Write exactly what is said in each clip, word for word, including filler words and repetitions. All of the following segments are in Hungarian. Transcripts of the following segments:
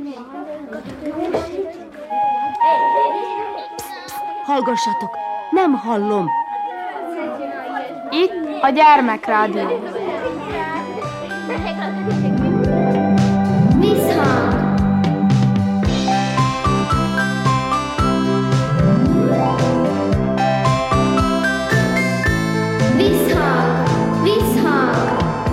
Hallgassatok, nem hallom. Itt a gyermekrádió. Visszhang. Visszhang. Visszhang.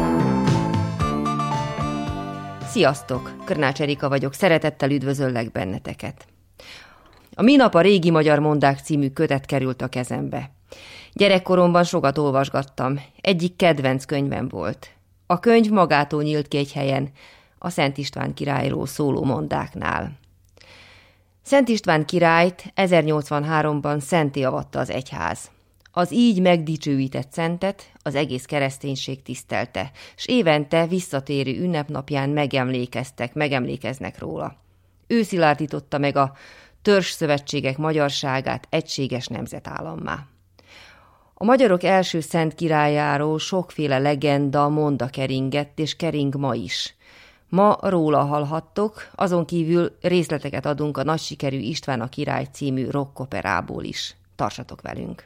Sziasztok! Körnács Erika vagyok, szeretettel üdvözöllek benneteket. A minap a Régi magyar mondák című kötet került a kezembe. Gyerekkoromban sokat olvasgattam, egyik kedvenc könyvem volt. A könyv magától nyílt ki egy helyen, a Szent István királyról szóló mondáknál. Szent István királyt ezernyolcvanháromban szentté avatta az egyház. Az így megdicsőített szentet az egész kereszténység tisztelte, s évente visszatérő ünnepnapján megemlékeztek, megemlékeznek róla. Ő szilárdította meg a törzsszövetségek magyarságát egységes nemzetállammá. A magyarok első szent királyáról sokféle legenda, monda keringett, és kering ma is. Ma róla hallhattok, azon kívül részleteket adunk a nagy sikerű István a király című rockoperából is. Tartsatok velünk!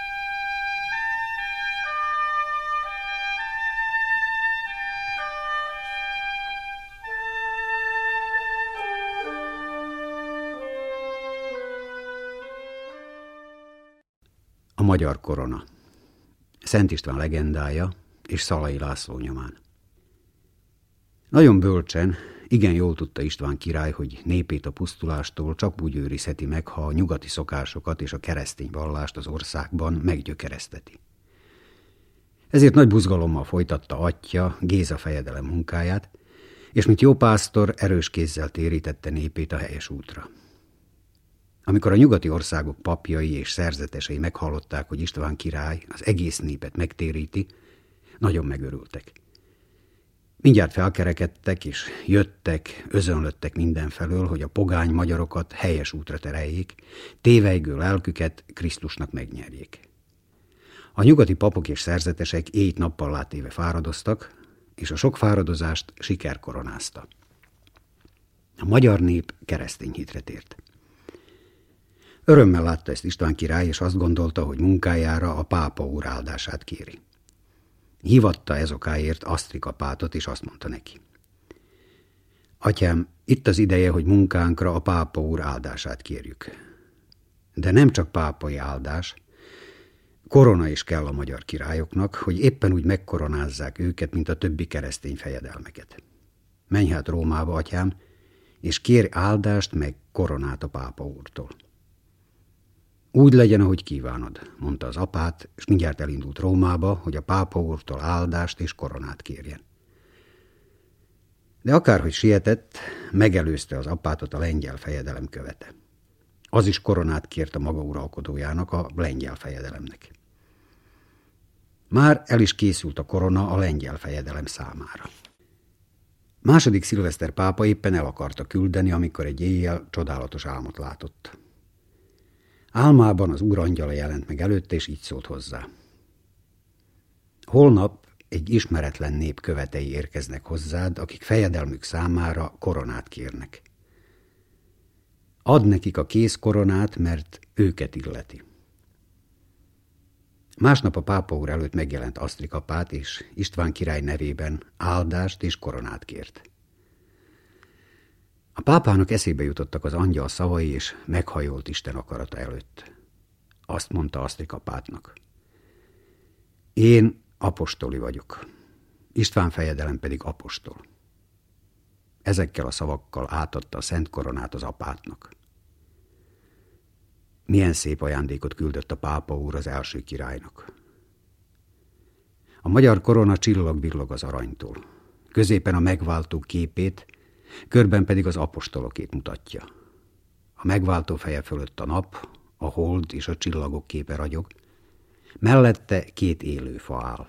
A magyar korona. Szent István legendája és Szalai László nyomán. Nagyon bölcsen, igen jól tudta István király, hogy népét a pusztulástól csak úgy őrizheti meg, ha a nyugati szokásokat és a keresztény vallást az országban meggyökereszteti. Ezért nagy buzgalommal folytatta atyja, Géza fejedelem munkáját, és mint jó pásztor erős kézzel térítette népét a helyes útra. Amikor a nyugati országok papjai és szerzetesei meghallották, hogy István király az egész népet megtéríti, nagyon megörültek. Mindjárt felkerekedtek, és jöttek, özönlöttek mindenfelől, hogy a pogány magyarokat helyes útra tereljék, tévejgő lelküket Krisztusnak megnyerjék. A nyugati papok és szerzetesek éjt-nappal látéve fáradoztak, és a sok fáradozást siker koronázta. A magyar nép keresztény hitre tért. Örömmel látta ezt István király, és azt gondolta, hogy munkájára a pápa úr áldását kéri. Hívatta ezokáért Asztrika pátot, és azt mondta neki: Atyám, itt az ideje, hogy munkánkra a pápa úr áldását kérjük. De nem csak pápai áldás, korona is kell a magyar királyoknak, hogy éppen úgy megkoronázzák őket, mint a többi keresztény fejedelmeket. Menj hát Rómába, atyám, és kérj áldást meg koronát a pápa úrtól. Úgy legyen, ahogy kívánod, mondta az apát, és mindjárt elindult Rómába, hogy a pápa úrtól áldást és koronát kérjen. De akárhogy sietett, megelőzte az apátot a lengyel fejedelem követe. Az is koronát kért a maga uralkodójának, a lengyel fejedelemnek. Már el is készült a korona a lengyel fejedelem számára. Második szilveszter pápa éppen el akarta küldeni, amikor egy éjjel csodálatos álmot látott. Álmában az úr angyala jelent meg előtte, és így szólt hozzá: Holnap egy ismeretlen nép követei érkeznek hozzád, akik fejedelmük számára koronát kérnek. Add nekik a kész koronát, mert őket illeti. Másnap a pápa úr előtt megjelent Asztrika pát, és István király nevében áldást és koronát kért. A pápának eszébe jutottak az angyal szavai, és meghajolt Isten akarata előtt. Azt mondta Asztrika pátnak: Én apostoli vagyok, István fejedelem pedig apostol. Ezekkel a szavakkal átadta a szent koronát az apátnak. Milyen szép ajándékot küldött a pápa úr az első királynak. A magyar korona csillag-villog az aranytól. Középen a megváltó képét, körben pedig az apostolokét mutatja. A megváltó feje fölött a nap, a hold és a csillagok képe ragyog, mellette két élő fa áll.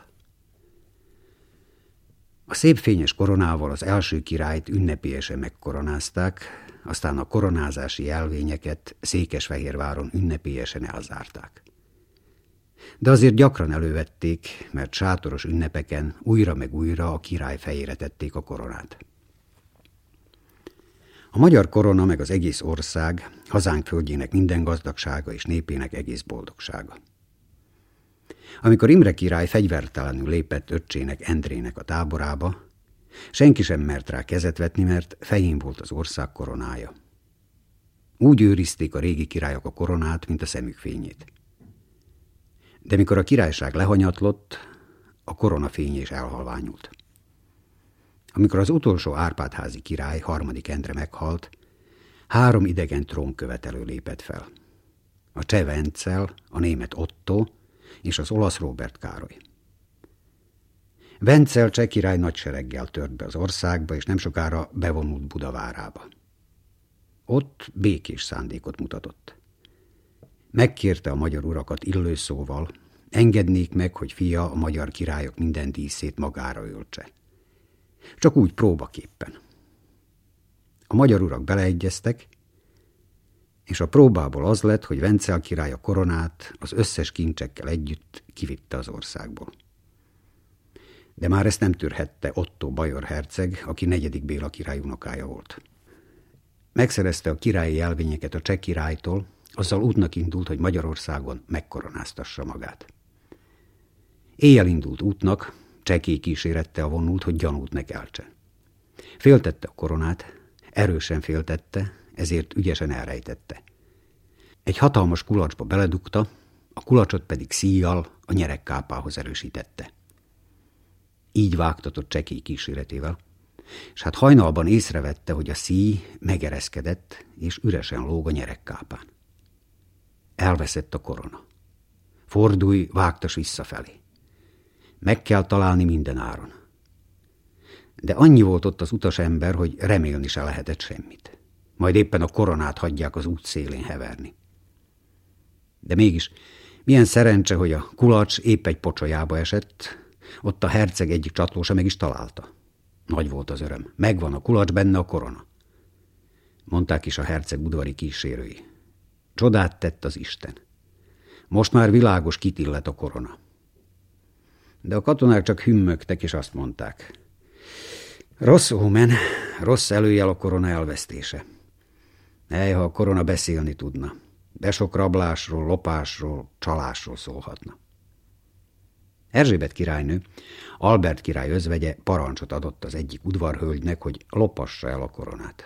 A szép fényes koronával az első királyt ünnepélyesen megkoronázták, aztán a koronázási jelvényeket Székesfehérváron ünnepélyesen elzárták. De azért gyakran elővették, mert sátoros ünnepeken újra meg újra a király fejére tették a koronát. A magyar korona meg az egész ország, hazánk földjének minden gazdagsága és népének egész boldogsága. Amikor Imre király fegyvertelenül lépett öccsének, Endrének a táborába, senki sem mert rá kezet vetni, mert fején volt az ország koronája. Úgy őrizték a régi királyok a koronát, mint a szemük fényét. De mikor a királyság lehanyatlott, a korona fénye is elhalványult. Amikor az utolsó Árpád-házi király, harmadik Endre meghalt, három idegen trónkövetelő lépett fel. A cseh Vencel, a német Otto és az olasz Róbert Károly. Vencel cseh király nagy sereggel tört be az országba, és nem sokára bevonult Budavárába. Ott békés szándékot mutatott. Megkérte a magyar urakat illő szóval, engednék meg, hogy fia a magyar királyok minden díszét magára öltse. Csak úgy próbaképpen. A magyar urak beleegyeztek, és a próbából az lett, hogy Vencel király a koronát az összes kincsekkel együtt kivitte az országból. De már ezt nem tűrhette Otto bajor herceg, aki negyedik Béla király unokája volt. Megszerezte a királyi jelvényeket a cseh királytól, azzal útnak indult, hogy Magyarországon megkoronáztassa magát. Éjjel indult útnak, csekély kísérette a vonult, hogy gyanút ne keltse. Féltette a koronát, erősen féltette, ezért ügyesen elrejtette. Egy hatalmas kulacsba beledugta, a kulacsot pedig szíjjal a nyeregkápához erősítette. Így vágtatott csekély kíséretével, és hát hajnalban észrevette, hogy a szíj megereszkedett, és üresen lóg a nyeregkápán. Elveszett a korona. Fordulj, vágtas visszafelé. Meg kell találni minden áron. De annyi volt ott az utasember, hogy remélni se lehetett semmit. Majd éppen a koronát hagyják az út szélén heverni. De mégis, milyen szerencse, hogy a kulacs épp egy pocsolyába esett, ott a herceg egyik csatlósa meg is találta. Nagy volt az öröm. Megvan a kulacs, benne a korona. Mondták is a herceg udvari kísérői. Csodát tett az Isten. Most már világos, kit illet a korona. De a katonák csak hümmögtek, és azt mondták. Rossz ómen, rossz előjel a korona elvesztése. Ej, ha a korona beszélni tudna. De sok rablásról, lopásról, csalásról szólhatna. Erzsébet királynő, Albert király özvegye parancsot adott az egyik udvarhölgynek, hogy lopassa el a koronát.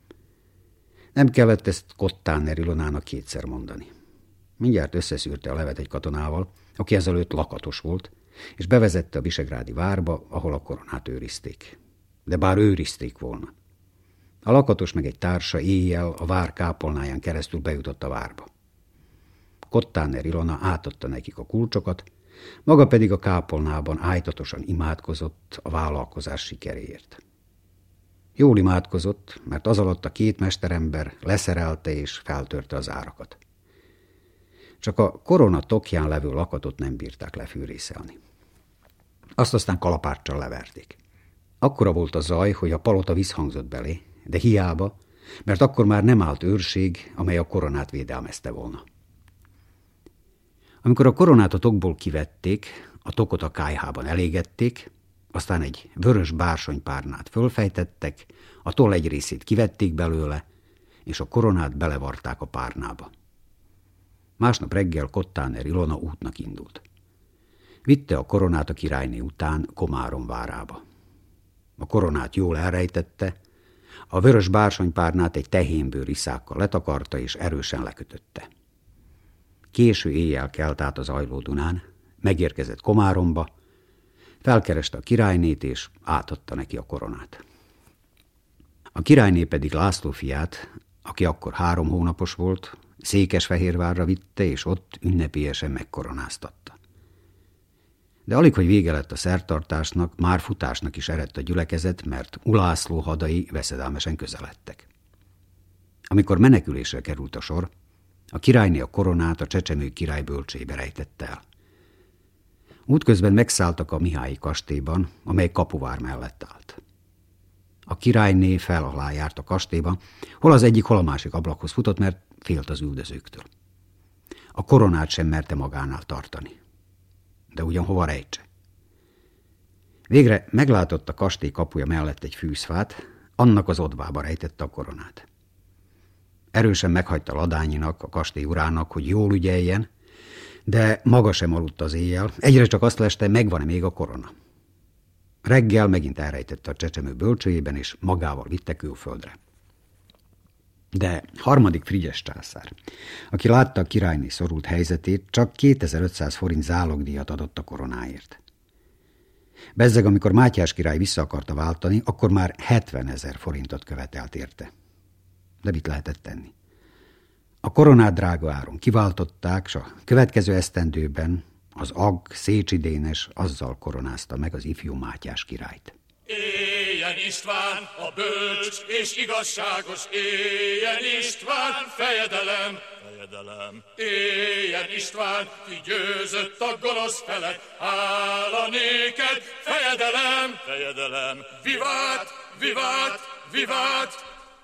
Nem kellett ezt Kottáner Ilonának kétszer mondani. Mindjárt összeszűrte a levet egy katonával, aki ezelőtt lakatos volt, és bevezette a visegrádi várba, ahol a koronát őrizték. De bár őrizték volna. A lakatos meg egy társa éjjel a vár kápolnáján keresztül bejutott a várba. Kottáner Ilona átadta nekik a kulcsokat, maga pedig a kápolnában ájtatosan imádkozott a vállalkozás sikeréért. Jól imádkozott, mert az alatt a két mesterember leszerelte és feltörte az árakat. Csak a korona tokján levő lakatot nem bírták lefűrészelni. Azt aztán kalapáccsal leverték. Akkora volt a zaj, hogy a palota visszhangzott belé, de hiába, mert akkor már nem állt őrség, amely a koronát védelmezte volna. Amikor a koronát a tokból kivették, a tokot a kályhában elégették, aztán egy vörös bársonypárnát fölfejtettek, a toll egy részét kivették belőle, és a koronát belevarták a párnába. Másnap reggel Kottáner Ilona útnak indult. Vitte a koronát a királyné után Komárom várába. A koronát jól elrejtette, a vörös bársonypárnát egy tehénből iszákkal letakarta és erősen lekötötte. Késő éjjel kelt át az Ajló Dunán, megérkezett Komáromba, felkereste a királynét és átadta neki a koronát. A királyné pedig László fiát, aki akkor három hónapos volt, Székesfehérvárra vitte, és ott ünnepélyesen megkoronáztatta. De alig, hogy vége lett a szertartásnak, már futásnak is eredt a gyülekezet, mert Ulászló hadai veszedelmesen közeledtek. Amikor menekülésre került a sor, a királyné a koronát a csecsemő király bölcsébe rejtette el. Útközben megszálltak a Mihályi kastélyban, amely kapuvár mellett állt. A királyné fel alá járt a kastélyban, hol az egyik, hol a másik ablakhoz futott, mert félt az üldözőktől. A koronát sem merte magánál tartani. De ugyan hova rejtse? Végre meglátott a kastély kapuja mellett egy fűzfát, annak az odvába rejtette a koronát. Erősen meghagyta Ladányinak, a kastély urának, hogy jól ügyeljen, de maga sem aludt az éjjel, egyre csak azt leste, megvan-e még a korona. Reggel megint elrejtette a csecsemő bölcsőjében, és magával vitte külföldre. De harmadik Frigyes császár, aki látta a királyné szorult helyzetét, csak kétezer-ötszáz forint zálogdíjat adott a koronáért. Bezzeg, amikor Mátyás király vissza akarta váltani, akkor már hetvenezer forintot követelt érte. De mit lehetett tenni? A koronát drága áron kiváltották, s a következő esztendőben az Agg Széchy Dénes azzal koronázta meg az ifjú Mátyás királyt. Éljen István, a bölcs és igazságos, éljen István, fejedelem, fejedelem. Éljen István, ki győzött a gonosz felett, hála néked, fejedelem, fejedelem. Vivát, vivát, vivát!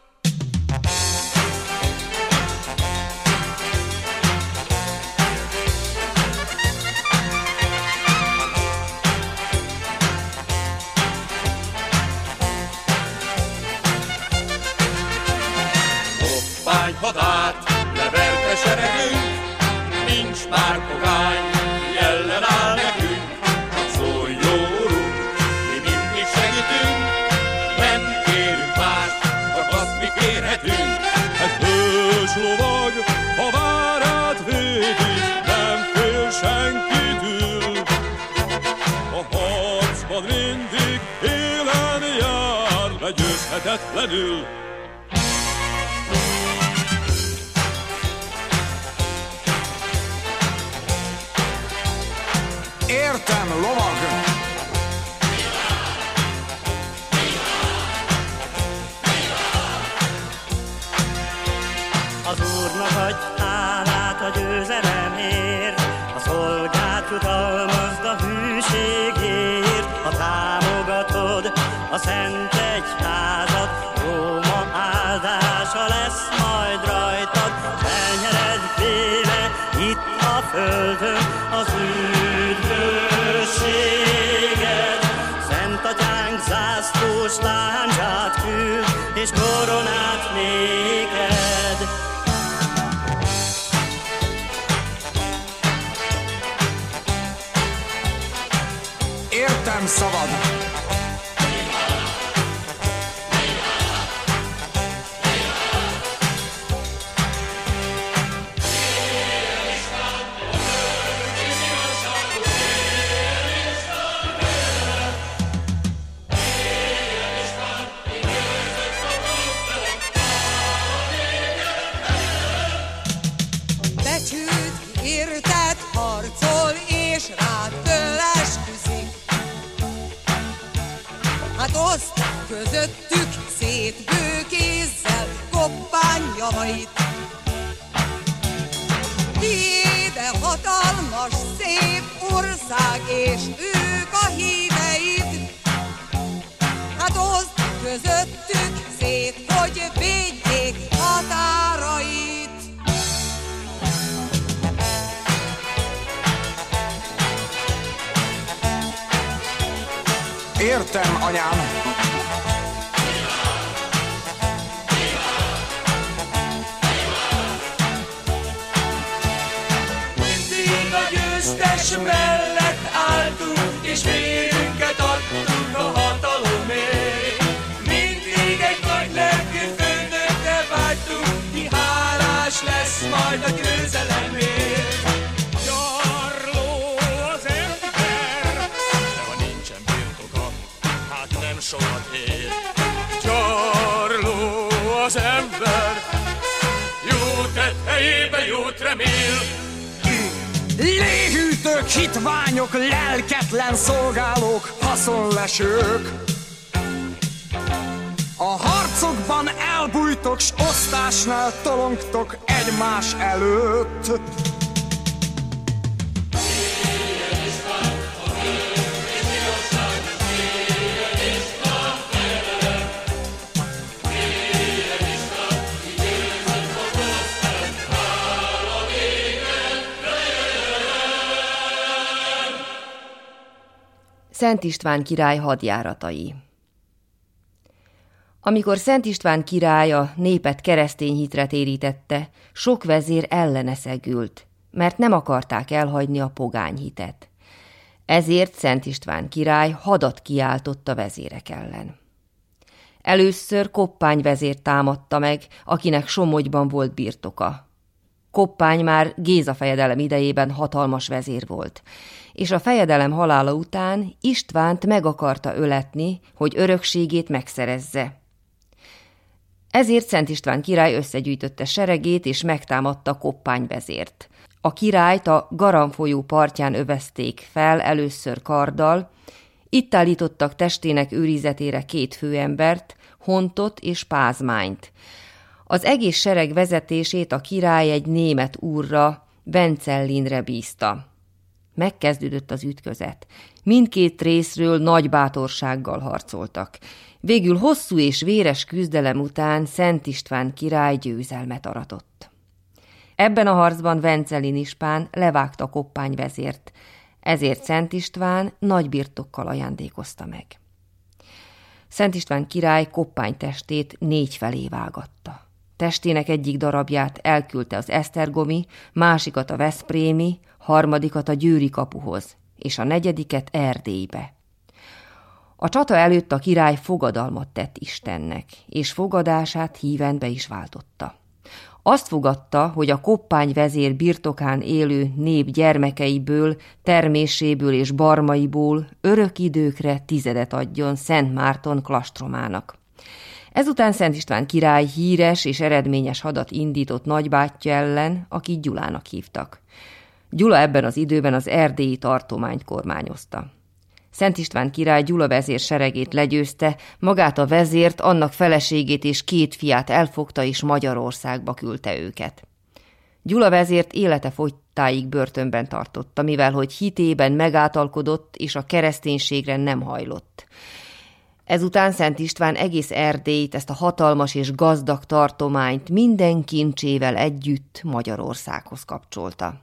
Hadát leverte seregünk, nincs már pogány, ki ellen áll nekünk. Szólj, jó urunk, mi mindig segítünk, nem kérünk más, csak azt mi kérhetünk. Egy hős lovag, ha várát védi, nem fél senkitől. A harcban mindig élen jár, legyőzhetetlenül. Értem, lovag! Az Úrnak adj hálát a győzelemért, a szolgát jutalmazd a hűségért, ha támogatod a Szent Egyházat, Róma áldása lesz majd rajtad, elnyered véle itt a földön az üdvösséget. Szent Atyánk zászlós láncsát küld, és koronát néked. Értem szavad! Érted harcol és rád esküszik. Hát oszt közöttük szét bőkézzel koppányjait. Tiéd a hatalmas szép ország, és ők a híveid. Hát oszt közöttük szét, hogy védjék határait. Értem, anyám! Mindig a győztes mellett álltunk, és vérünket adtunk a hatalomért. Mindig egy nagy lelkű főnökre vágytunk, ki hálás lesz majd a győzelemért. Sokat ér. Gyarló az ember, jó tettejébe jót remél. Léhűtők, hitványok, lelketlen szolgálók, haszonlesők. A harcokban elbújtok, s osztásnál tolongtok egymás előtt. Szent István király hadjáratai. Amikor Szent István király a népet keresztény hitre térítette, sok vezér ellene szegült, mert nem akarták elhagyni a pogányhitet. Ezért Szent István király hadat kiáltott a vezérek ellen. Először Koppány vezér támadta meg, akinek Somogyban volt birtoka. Koppány már Géza fejedelem idejében hatalmas vezér volt, és a fejedelem halála után Istvánt meg akarta öletni, hogy örökségét megszerezze. Ezért Szent István király összegyűjtötte seregét, és megtámadta Koppány vezért. A királyt a Garam folyó partján övezték fel először karddal, itt állítottak testének őrizetére két főembert, Hontot és Pázmányt. Az egész sereg vezetését a király egy német úrra, Vencellinre bízta. Megkezdődött az ütközet. Mindkét részről nagy bátorsággal harcoltak. Végül hosszú és véres küzdelem után Szent István király győzelmet aratott. Ebben a harcban Vencellin ispán levágta Koppány vezért, ezért Szent István nagy birtokkal ajándékozta meg. Szent István király Koppány testét négy felé vágatta. Testének egyik darabját elküldte az esztergomi, másikat a veszprémi, harmadikat a győri kapuhoz, és a negyediket Erdélybe. A csata előtt a király fogadalmat tett Istennek, és fogadását híven be is váltotta. Azt fogadta, hogy a Koppány vezér birtokán élő nép gyermekeiből, terméséből és barmaiból örök időkre tizedet adjon Szent Márton klastromának. Ezután Szent István király híres és eredményes hadat indított nagybátyja ellen, akit Gyulának hívtak. Gyula ebben az időben az erdélyi tartományt kormányozta. Szent István király Gyula vezér seregét legyőzte, magát a vezért, annak feleségét és két fiát elfogta és Magyarországba küldte őket. Gyula vezért élete fogytáig börtönben tartotta, mivel hogy hitében megátalkodott és a kereszténységre nem hajlott. Ezután Szent István egész Erdélyt, ezt a hatalmas és gazdag tartományt minden kincsével együtt Magyarországhoz kapcsolta.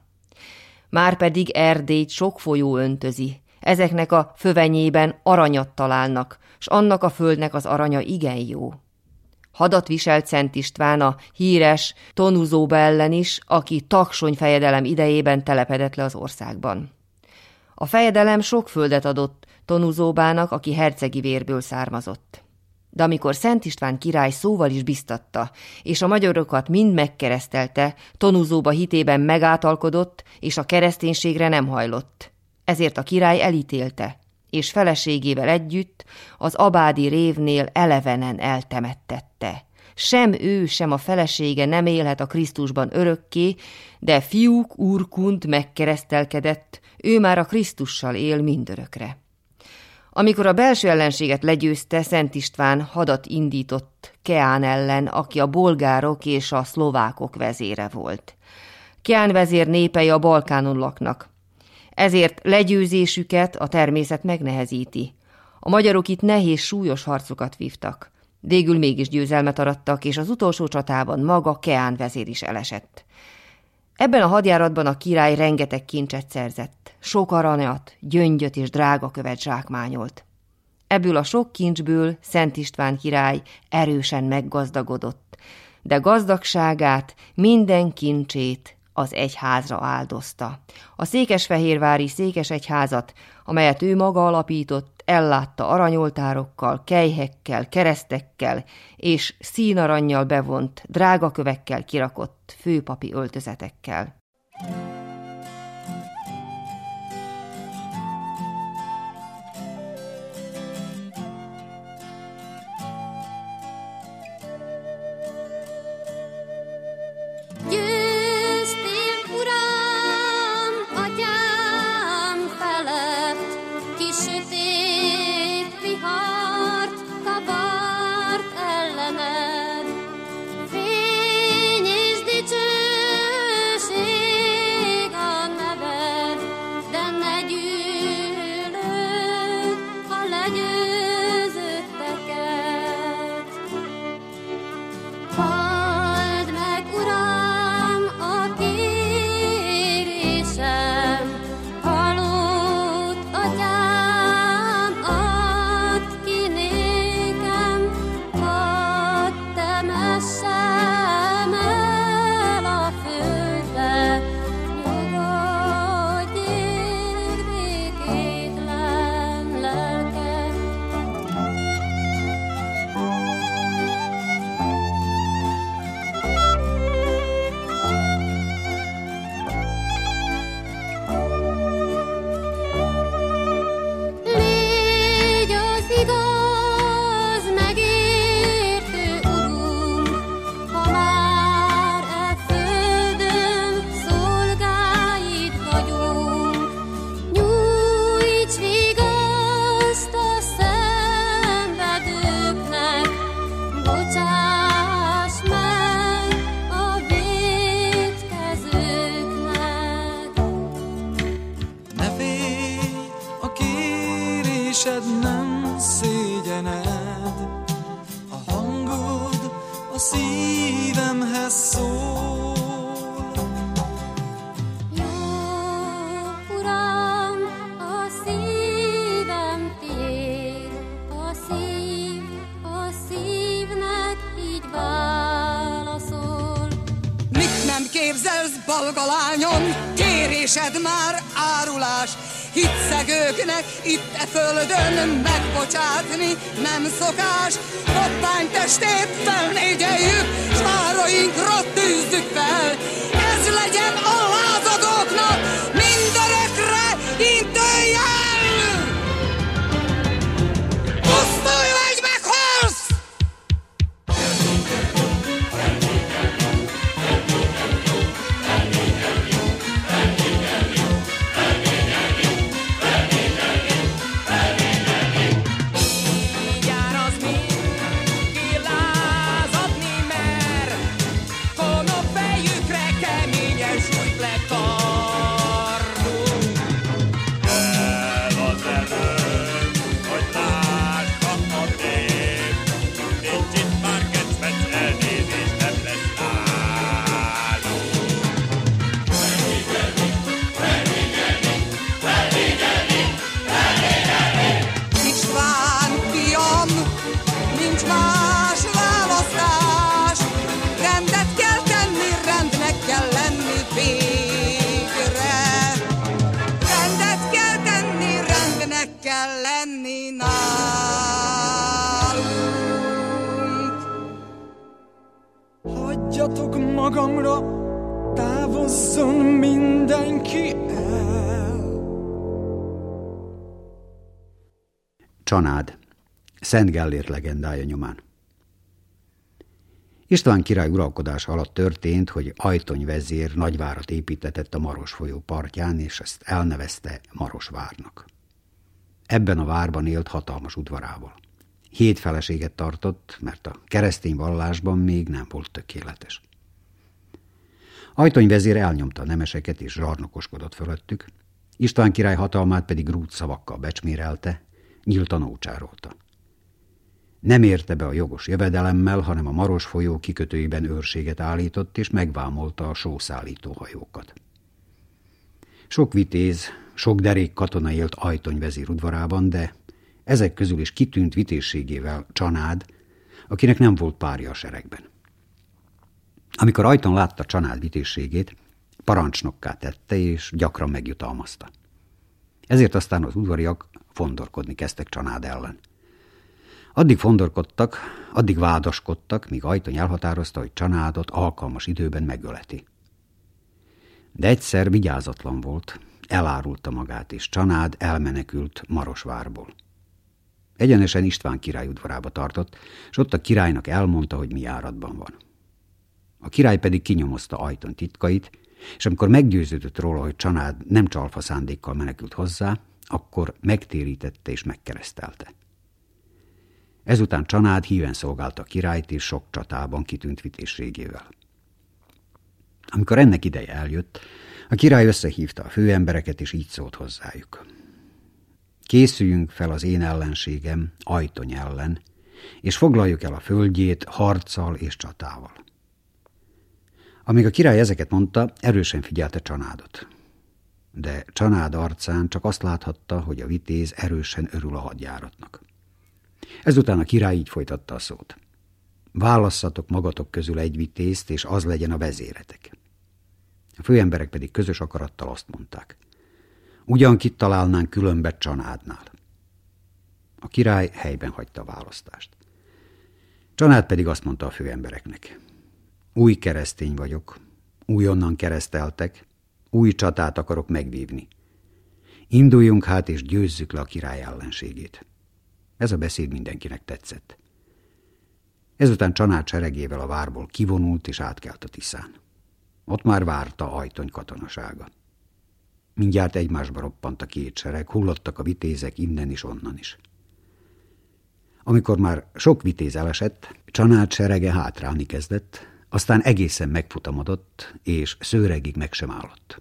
Márpedig Erdélyt sok folyó öntözi, ezeknek a fövenyében aranyat találnak, s annak a földnek az aranya igen jó. Hadat viselt Szent István a híres Tonuzóba ellen is, aki Taksony fejedelem idejében telepedett le az országban. A fejedelem sok földet adott Tonuzóbának, aki hercegi vérből származott. De amikor Szent István király szóval is biztatta, és a magyarokat mind megkeresztelte, Tonuzóba hitében megátalkodott, és a kereszténységre nem hajlott. Ezért a király elítélte, és feleségével együtt az abádi révnél elevenen eltemettette. Sem ő, sem a felesége nem élhet a Krisztusban örökké, de fiúk úrkund megkeresztelkedett, ő már a Krisztussal él mindörökre. Amikor a belső ellenséget legyőzte, Szent István hadat indított Keán ellen, aki a bolgárok és a szlovákok vezére volt. Keán vezér népei a Balkánon laknak. Ezért legyőzésüket a természet megnehezíti. A magyarok itt nehéz, súlyos harcokat vívtak. Végül mégis győzelmet arattak, és az utolsó csatában maga Keán vezér is elesett. Ebben a hadjáratban a király rengeteg kincset szerzett, sok aranyat, gyöngyöt és drágakövet zsákmányolt. Ebből a sok kincsből Szent István király erősen meggazdagodott, de gazdagságát, minden kincsét az egyházra áldozta. A székesfehérvári székesegyházat, amelyet ő maga alapított, ellátta aranyoltárokkal, kelyhekkel, keresztekkel és színarannyal bevont, drágakövekkel kirakott főpapi öltözetekkel. Fény és dicsőség sem el a földre, nyugodj élj békétlen lelkem. Légy az igaz, megértő Urunk, ha már e földön szolgáid vagyunk. Nyújts vigaszt a szenvedőknek, bocsáss meg a vétkezőknek. Ne félj, a kérésed nem szégyened, a hangod a szívemhez szól. Jó Uram, a szívem tiéd, a szív, a szívnek így válaszol. Mit nem képzelsz, balga lányom, kérésed már árulás. Hitszegőknek itt e földön megbocsátni nem szokás. Hoppány testét felnégyeljük, s várainkra tűzzük fel. Ez legyen a lázadóknak mindörökre intőjel! Pusztulj vagy meghalsz! Jár az mindenki lázadni mer, konok fejükre keményen súlyt lekarnunk. El az erő, hogy lássa a nép, nincs itt már kedves elnézés, nem lesz nálunk. István, fiam, nincs más választás. Rendet kell tenni, rendnek kell lenni végre. Rendet kell tenni, rendnek kell lenni nálunk. Hagyjatok magamra, távozzon mindenki el. Csanád, Szent Gellért legendája nyomán. István király uralkodása alatt történt, hogy Ajtony vezér nagyvárat építetett a Maros folyó partján, és ezt elnevezte Marosvárnak. Ebben a várban élt hatalmas udvarával. Hét feleséget tartott, mert a keresztény vallásban még nem volt tökéletes. Ajtony vezér elnyomta a nemeseket és zsarnokoskodott fölöttük, István király hatalmát pedig rút szavakkal becsmérelte, nyíltan ócsárolta. Nem érte be a jogos jövedelemmel, hanem a Maros folyó kikötőiben őrséget állított, és megvámolta a sószállító hajókat. Sok vitéz, sok derék katona élt Ajtony vezér udvarában, de ezek közül is kitűnt vitézségével Csanád, akinek nem volt párja a seregben. Amikor Ajton látta Csanád vitézségét, parancsnokká tette, és gyakran megjutalmazta. Ezért aztán az udvariak fondorkodni kezdtek Csanád ellen. Addig fondorkodtak, addig vádaskodtak, míg Ajtony elhatározta, hogy Csanádot alkalmas időben megöleti. De egyszer vigyázatlan volt, elárulta magát, és Csanád elmenekült Marosvárból. Egyenesen István király udvarába tartott, és ott a királynak elmondta, hogy mi járatban van. A király pedig kinyomozta Ajtony titkait, és amikor meggyőződött róla, hogy Csanád nem csalfa szándékkal menekült hozzá, akkor megtérítette és megkeresztelte. Ezután Csanád híven szolgálta a királyt, és sok csatában kitűnt vitézségével. Amikor ennek ideje eljött, a király összehívta a főembereket, és így szólt hozzájuk. Készüljünk fel az én ellenségem, Ajtony ellen, és foglaljuk el a földjét harccal és csatával. Amíg a király ezeket mondta, erősen figyelte Csanádot. De Csanád arcán csak azt láthatta, hogy a vitéz erősen örül a hadjáratnak. Ezután a király így folytatta a szót. válasszatok magatok közül egy vitézt, és az legyen a vezéretek. A főemberek pedig közös akarattal azt mondták: ugyan kit találnánk különbet Csanádnál. A király helyben hagyta a választást. Csanád pedig azt mondta a főembereknek: új keresztény vagyok, újonnan kereszteltek, új csatát akarok megvívni. Induljunk hát és győzzük le a király ellenségét. Ez a beszéd mindenkinek tetszett. Ezután Csanád seregével a várból kivonult és átkelt a Tiszán. Ott már várta Ajtony katonasága. Mindjárt egymásba roppant a két sereg, hullottak a vitézek innen is, onnan is. Amikor már sok vitéz elesett, Csanád serege hátrálni kezdett, aztán egészen megfutamodott, és szőregig meg sem állott.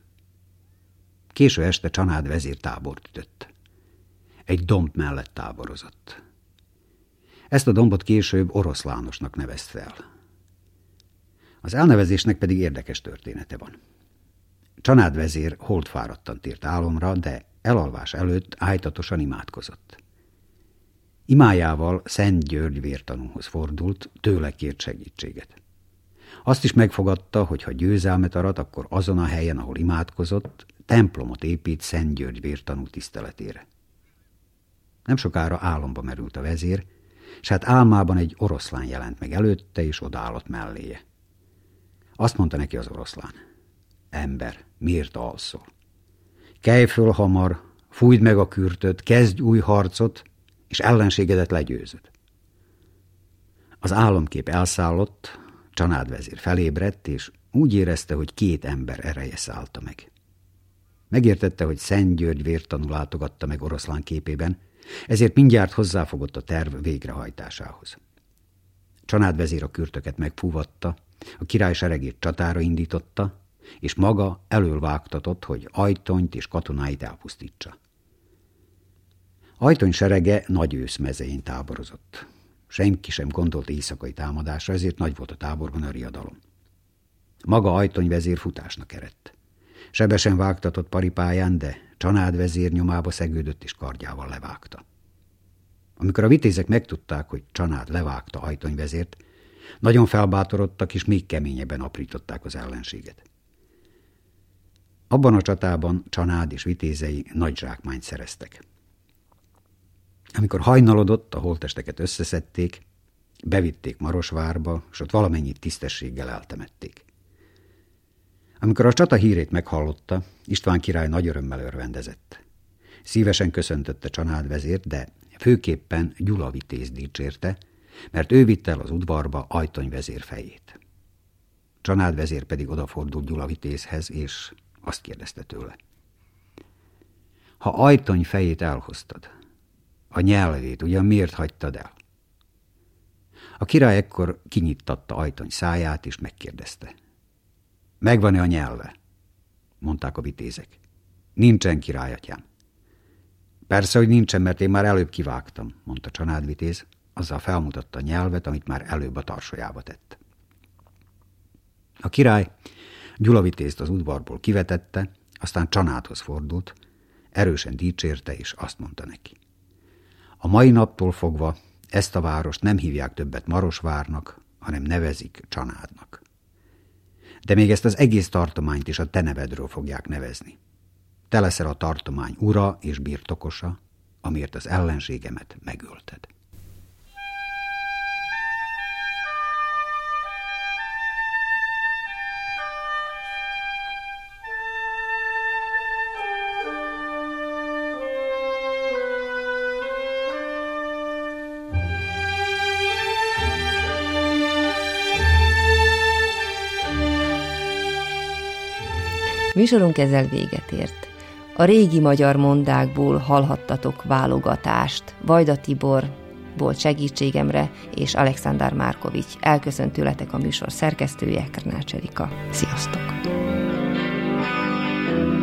Késő este Csanád vezér tábort ütött. Egy domb mellett táborozott. Ezt a dombot később Oroszlánosnak nevezte el. Az elnevezésnek pedig érdekes története van. Csanád vezér holdfáradtan tért álomra, de elalvás előtt ájtatosan imádkozott. Imájával Szent György vértanúhoz fordult, tőle kért segítséget. Azt is megfogadta, hogy ha győzelmet arat, akkor azon a helyen, ahol imádkozott, templomot épít Szent György vértanú tiszteletére. Nem sokára álomba merült a vezér, s hát álmában egy oroszlán jelent meg előtte, és odaállott melléje. Azt mondta neki az oroszlán: ember, miért alszol? Kelj föl hamar, fújd meg a kürtöt, kezdj új harcot, és ellenségedet legyőzöd. Az álomkép elszállott, Csanád vezér felébredt, és úgy érezte, hogy két ember ereje szállta meg. Megértette, hogy Szent György vértanú látogatta meg oroszlán képében, ezért mindjárt hozzáfogott a terv végrehajtásához. Csanád vezér a kürtöket megfúvatta, a király seregét csatára indította, és maga elől vágtatott, hogy Ajtonyt és katonáit elpusztítsa. Ajtony serege nagy ősz mezején táborozott. Senki sem gondolt éjszakai támadásra, ezért nagy volt a táborban a riadalom. Maga Ajtony vezér futásnak eredt. Sebesen vágtatott paripáján, de Csanád vezér nyomába szegődött és kardjával levágta. Amikor a vitézek megtudták, hogy Csanád levágta Ajtony vezért, nagyon felbátorodtak és még keményebben aprították az ellenséget. Abban a csatában Csanád és vitézei nagy zsákmányt szereztek. Amikor hajnalodott, a holttesteket összeszedték, bevitték Marosvárba, és ott valamennyit tisztességgel eltemették. Amikor a csata hírét meghallotta, István király nagy örömmel örvendezett. Szívesen köszöntötte Csanád vezért, de főképpen Gyula vitéz dicsérte, mert ő vitte el az udvarba Ajtony vezér fejét. Csanád vezér pedig odafordult Gyula vitézhez, és azt kérdezte tőle: ha Ajtony fejét elhoztad, a nyelvét ugyan miért hagytad el? A király ekkor kinyittatta Ajtony száját, és megkérdezte: megvan-e a nyelve? Mondták a vitézek. Nincsen, királyatyám. Persze, hogy nincsen, mert én már előbb kivágtam, mondta Csanád vitéz, azzal felmutatta a nyelvet, amit már előbb a tarsolyába tett. A király Gyula vitézt az udvarból kivetette, aztán Csanádhoz fordult, erősen dicsérte, és azt mondta neki: a mai naptól fogva ezt a várost nem hívják többet Marosvárnak, hanem nevezik Csanádnak. De még ezt az egész tartományt is a te nevedről fogják nevezni. Te leszel a tartomány ura és birtokosa, amiért az ellenségemet megölted. Műsorunk ezzel véget ért. A régi magyar mondákból hallhattatok válogatást. Vajda Tibor volt segítségemre, és Alexander Márkovics. Elköszönt tőletek a műsor szerkesztője, Krnács Erika. Sziasztok!